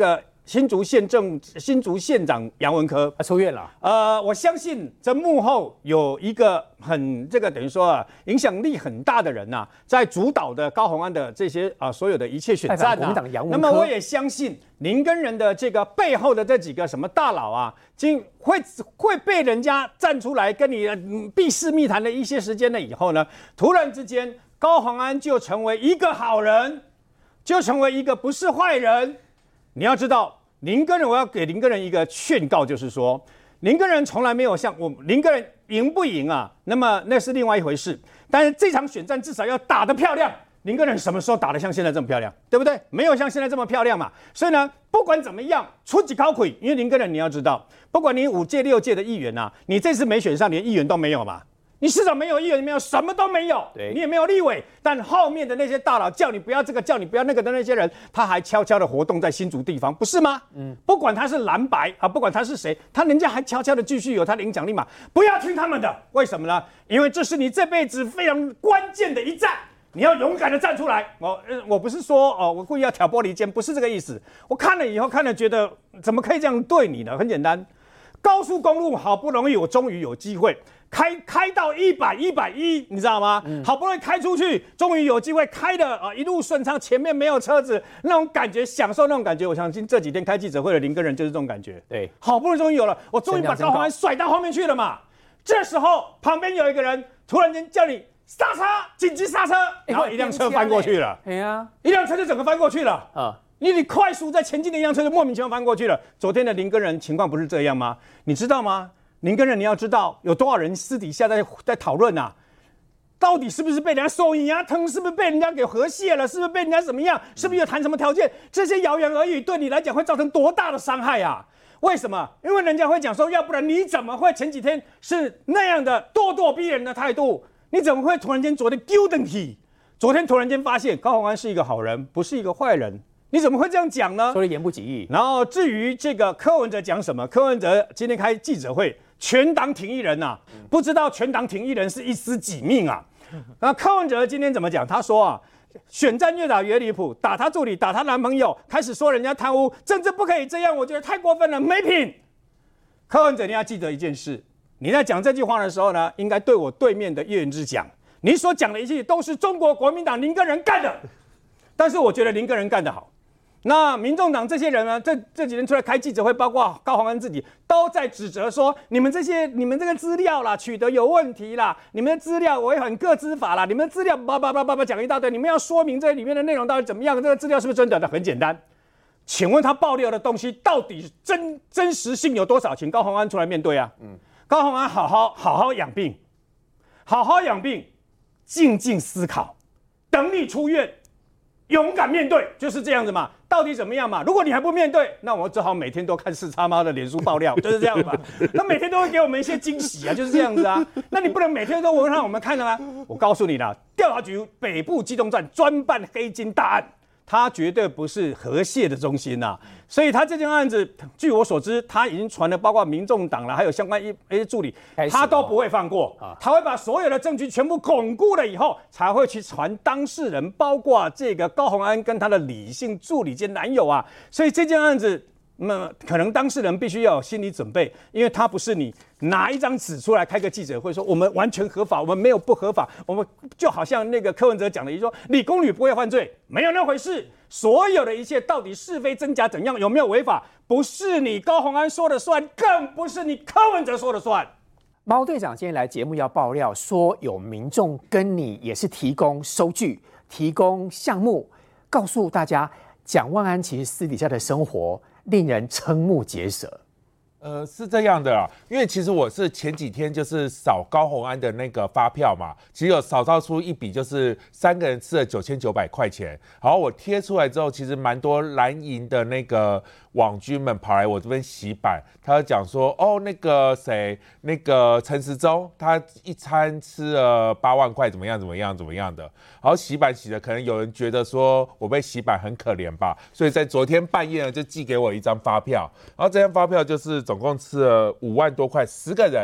新竹县长杨文科出院了。 我相信这幕后有一个等于说影响力很大的人呐，在主导的高虹安的这些所有的一切选战国民党杨文科。 那么我也相信林耕仁的这个背后的这几个什么大佬啊，会被人家站出来跟你避世密谈的一些时间了以后呢，突然之间高虹安就成为一个好人，就成为一个不是坏人。你要知道。我要给林耕仁一个劝告，就是说，林耕仁从来没有像林耕仁赢不赢啊，那么那是另外一回事。但是这场选战至少要打得漂亮。林耕仁什么时候打得像现在这么漂亮，对不对？没有像现在这么漂亮嘛。所以呢，不管怎么样，出几高魁，因为林耕仁你要知道，不管你5届6届的议员啊，你这次没选上，连议员都没有嘛。你市长没有，议员没有，什么都没有，你也没有立委，但后面的那些大佬叫你不要这个，叫你不要那个的那些人，他还悄悄的活动在新竹地方，不是吗？不管他是蓝白啊，不管他是谁，人家还悄悄的继续有他的影响力嘛，不要听他们的，为什么呢？因为这是你这辈子非常关键的一战，你要勇敢的站出来。我不是说我故意要挑拨离间，不是这个意思。我看了以后觉得怎么可以这样对你呢？很简单，高速公路好不容易我终于有机会。开到100、110，你知道吗？好不容易开出去，终于有机会开的一路顺畅，前面没有车子，那种感觉，享受那种感觉。我相信这几天开记者会的林耕仁就是这种感觉。对，好不容易终于有了，我终于把高虹安甩到后面去了嘛。这时候旁边有一个人突然间叫你刹车，紧急刹车，然后一辆车翻过去了。哎呀，一辆车就整个翻过去了啊！你快速在前进的一辆车就莫名其妙翻过去了。昨天的林耕仁情况不是这样吗？你知道吗？林耕仁，你要知道有多少人私底下在讨论啊？到底是不是被人家手引牙疼？是不是被人家给和谐了？是不是被人家怎么样？是不是有谈什么条件？这些谣言而语对你来讲会造成多大的伤害啊？为什么？因为人家会讲说，要不然你怎么会前几天是那样的咄咄逼人的态度？你怎么会突然间昨天丢登起？昨天突然间发现高虹安是一个好人，不是一个坏人？你怎么会这样讲呢？ 说的言不及义。 然后至于这个柯文哲讲什么？柯文哲今天开记者会。全党挺一人呐，不知道全党挺一人是一丝几命啊？那柯文哲今天怎么讲？他说选战越打越离谱，打他助理，打他男朋友，开始说人家贪污，政治不可以这样，我觉得太过分了，没品。柯文哲，你要记得一件事，你在讲这句话的时候呢，应该对我对面的叶元之讲，你所讲的一切都是中国国民党林耕仁干的，但是我觉得林耕仁干得好。那民众党这些人呢，这几天出来开记者会，包括高虹安自己都在指责说，你们这个资料啦取得有问题啦，你们的资料违反个资法啦，你们的资料讲一大堆，你们要说明这里面的内容到底怎么样，这个资料是不是真的？那很简单，请问他爆料的东西到底真实性有多少？请高虹安出来面对啊！高虹安好好养病，好好养病，静静思考，等你出院。勇敢面对，就是这样子嘛。到底怎么样嘛？如果你还不面对，那我只好每天都看4叉猫的脸书爆料，就是这样嘛。那每天都会给我们一些惊喜啊，就是这样子啊。那你不能每天都让我们看的吗？我告诉你啦，调查局北部机动站专办黑金大案，它绝对不是和谐的中心呐。所以他这件案子，据我所知，他已经传了，包括民众党了，还有相关一些助理，他都不会放过，他会把所有的证据全部巩固了以后，才会去传当事人，包括这个高虹安跟他的李姓助理兼男友啊。所以这件案子，可能当事人必须要有心理准备，因为他不是你拿一张纸出来开个记者会说我们完全合法，我们没有不合法，我们就好像那个柯文哲讲的，说李公女不会犯罪，没有那回事。所有的一切到底是非真假怎样，有没有违法，不是你高虹安说了算，更不是你柯文哲说了算。 猫队长今天来节目要爆料，说有民众跟你也是提供收据、提供项目，告诉大家蒋万安其实私底下的生活令人瞠目结舌。 是这样的啦，因为其实我是前几天就是扫高虹安的那个发票嘛，其实有扫到出一笔，就是3个人吃了9900块钱，然后我贴出来之后，其实蛮多蓝营的那个网军们跑来我这边洗版，他就讲说，那个谁，那个陈时中，他一餐吃了8万块，怎么样的，然后洗版洗的，可能有人觉得说我被洗版很可怜吧，所以在昨天半夜呢就寄给我一张发票，然后这张发票就是总共吃了5万多块，10个人。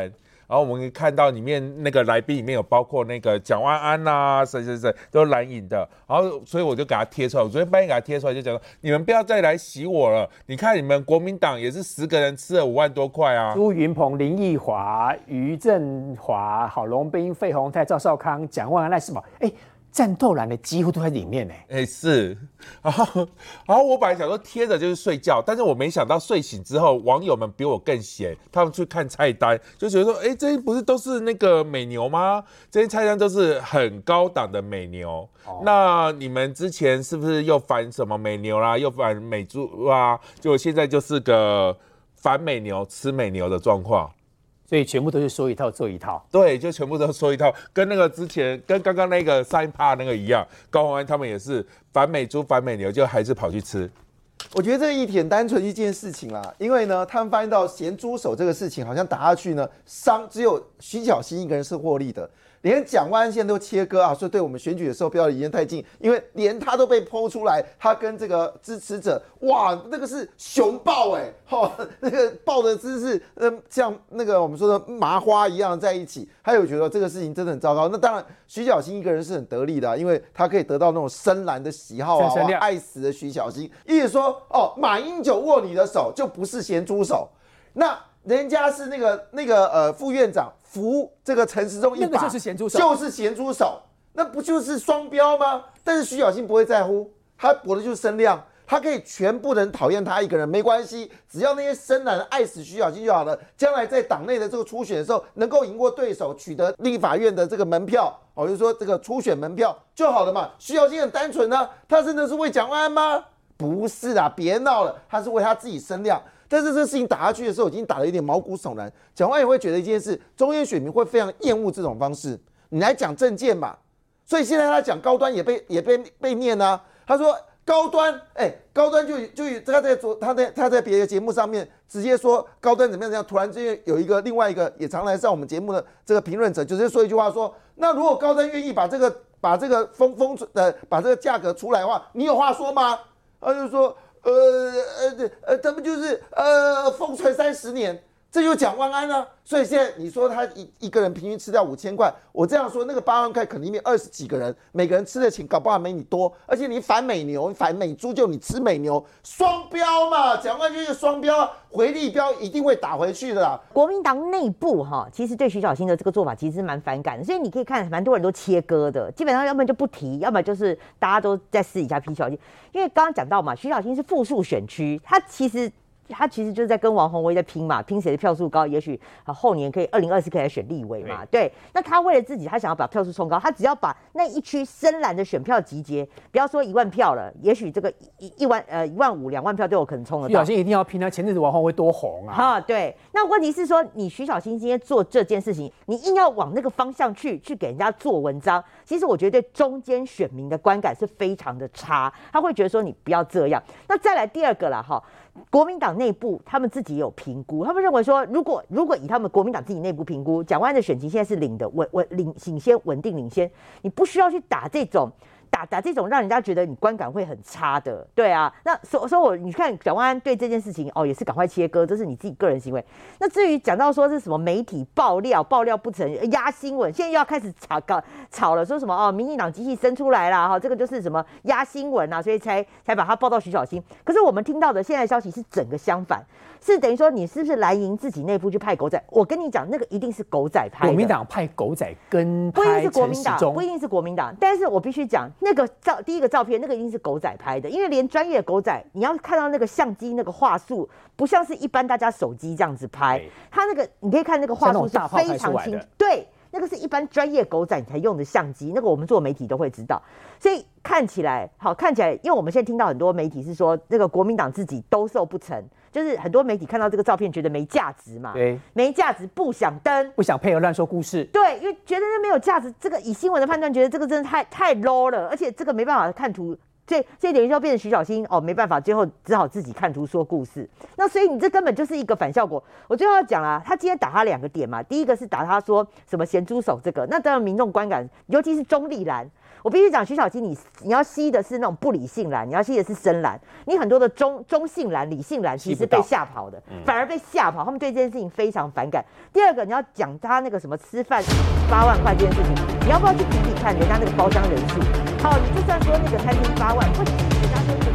然后我们看到里面那个来宾里面有包括那个蒋万安呐，谁都是蓝营的，然后所以我就给他贴出来，我昨天半夜给他贴出来，就讲说你们不要再来洗我了，你看你们国民党也是10个人吃了5万多块啊。 朱云鹏、林奕华、于振华、郝龙斌、费鸿泰、赵少康、蒋万安、赖世宝，战斗蓝的几乎都在里面是，然后我本来想说贴着就是睡觉，但是我没想到睡醒之后，网友们比我更闲，他们去看菜单，就觉得说，这些不是都是那个美牛吗？这些菜单都是很高档的美牛。那你们之前是不是又反什么美牛啦，又反美猪啊？就现在就是个反美牛、吃美牛的状况。 所以全部都是说一套做一套， 对，就全部都说一套，跟那个之前跟刚刚那个上一趴那个一样，高虹安他们也是反美猪反美牛，就还是跑去吃。 我觉得这个议题很单纯一件事情啦，因为呢，他们发现到咸猪手这个事情好像打下去呢，只有徐巧芯一个人是获利的。连蒋万安现在都切割啊，所以对我们选举的时候不要离得太近，因为连他都被剖出来，他跟这个支持者，哇，那个是熊抱那个抱的姿势，像那个我们说的麻花一样在一起，他有觉得这个事情真的很糟糕。那当然，徐巧芯一个人是很得力的因为他可以得到那种深蓝的喜好啊，爱死的徐巧芯，意思说马英九握你的手就不是咸猪手，那人家是那个副院长。扶这个陈时中一把， 那个就是咸猪手， 就是咸猪手，那不就是双标吗？但是徐巧芯不会在乎，他搏的就是声量，他可以全部人讨厌他一个人没关系，只要那些深蓝爱死徐巧芯就好了。将来在党内的这个初选的时候，能够赢过对手，取得立法院的这个门票，就是说这个初选门票就好了嘛。徐巧芯很单纯啊，他真的是为蒋万安吗？不是啊，别闹了，他是为他自己声量。但是这个事情打下去的时候，已经打得有点毛骨悚然。蒋万安也会觉得一件事，中间选民会非常厌恶这种方式。你来讲政见嘛，所以现在他讲高端也被念啊。他说高端，高端就他在别的节目上面直接说高端怎么样怎么样。突然之间有另外一个也常来上我们节目的这个评论者，就是说一句话说，那如果高端愿意把这个把这个价格出来的话，你有话说吗？他就说。他们就是封存30年，这就蒋万安啊。所以现在你说他一个人平均吃掉5000块，我这样说，那个8万块可能里面20几个人，每个人吃的钱搞不好没你多，而且你反美牛、反美猪，就你吃美牛，双标嘛，蒋万安就是双标啊，回力标一定会打回去的啦。 国民党内部其实对徐巧芯的这个做法其实蛮反感的，所以你可以看蛮多人都切割的，基本上要么就不提，要么就是大家都在私底下批徐巧芯，因为刚刚讲到嘛，徐巧芯是复数选区，他其实就是在跟王宏威在拼嘛，拼谁的票数高，也许后年可以2024可以来选立委嘛。对，那他为了自己，他想要把票数冲高，他只要把那一区深蓝的选票集结，不要说1万票了，也许这个1万1万5、2万票都有可能冲得到。 徐巧芯一定要拼啊！前阵子王宏威多红啊！ 对。那问题是说，你徐巧芯今天做这件事情，你硬要往那个方向去给人家做文章，其实我觉得对中间选民的观感是非常的差，他会觉得说你不要这样。那再来第二个啦，国民党内部他们自己也有评估，他们认为说，如果以他们国民党自己内部评估，蒋万安的选情现在是领先稳定领先，你不需要去打这种让人家觉得你观感会很差的，对啊。那所以你看蒋万安对这件事情也是赶快切割，这是你自己个人行为。那至于讲到说是什么媒体爆料不成压新闻，现在又要开始吵了，说什么民进党机器生出来啦，这个就是什么压新闻啊，所以才把它报到徐巧芯。可是我们听到的现在的消息是整个相反，是等于说你是不是蓝营自己内部去派狗仔？我跟你讲，那个一定是狗仔派的。 国民党派狗仔跟不一定是国民党，不一定是国民党，但是我必须讲，那个第一个照片，那个一定是狗仔拍的，因为连专业的狗仔，你要看到那个相机那个画素，不像是一般大家手机这样子拍，他那个你可以看那个画素是非常清楚，对。那个是一般专业狗仔才用的相机，那个我们做媒体都会知道，所以看起来，因为我们现在听到很多媒体是说，这个国民党自己兜售不成，就是很多媒体看到这个照片觉得没价值嘛，对，没价值不想登， 不想配合乱说故事， 对，因为觉得那没有价值，这个以新闻的判断，觉得这个真的太 low 了，而且这个没办法看图。这等于说变成徐巧芯没办法，最后只好自己看图说故事。那所以你这根本就是一个反效果。我最后要讲啦，他今天打他2个点嘛，第一个是打他说什么咸猪手这个，那当然民众观感，尤其是中立蓝， 我必须讲，徐小青，你要吸的是那种不理性蓝，你要吸的是深蓝，你很多的中性蓝、理性蓝其实是被吓跑的，反而被吓跑，他们对这件事情非常反感。第二个，你要讲他那个什么吃饭8万块这件事情，你要不要去比比看人家那个包厢人数？好，你就算说那个餐厅8万，会人家说。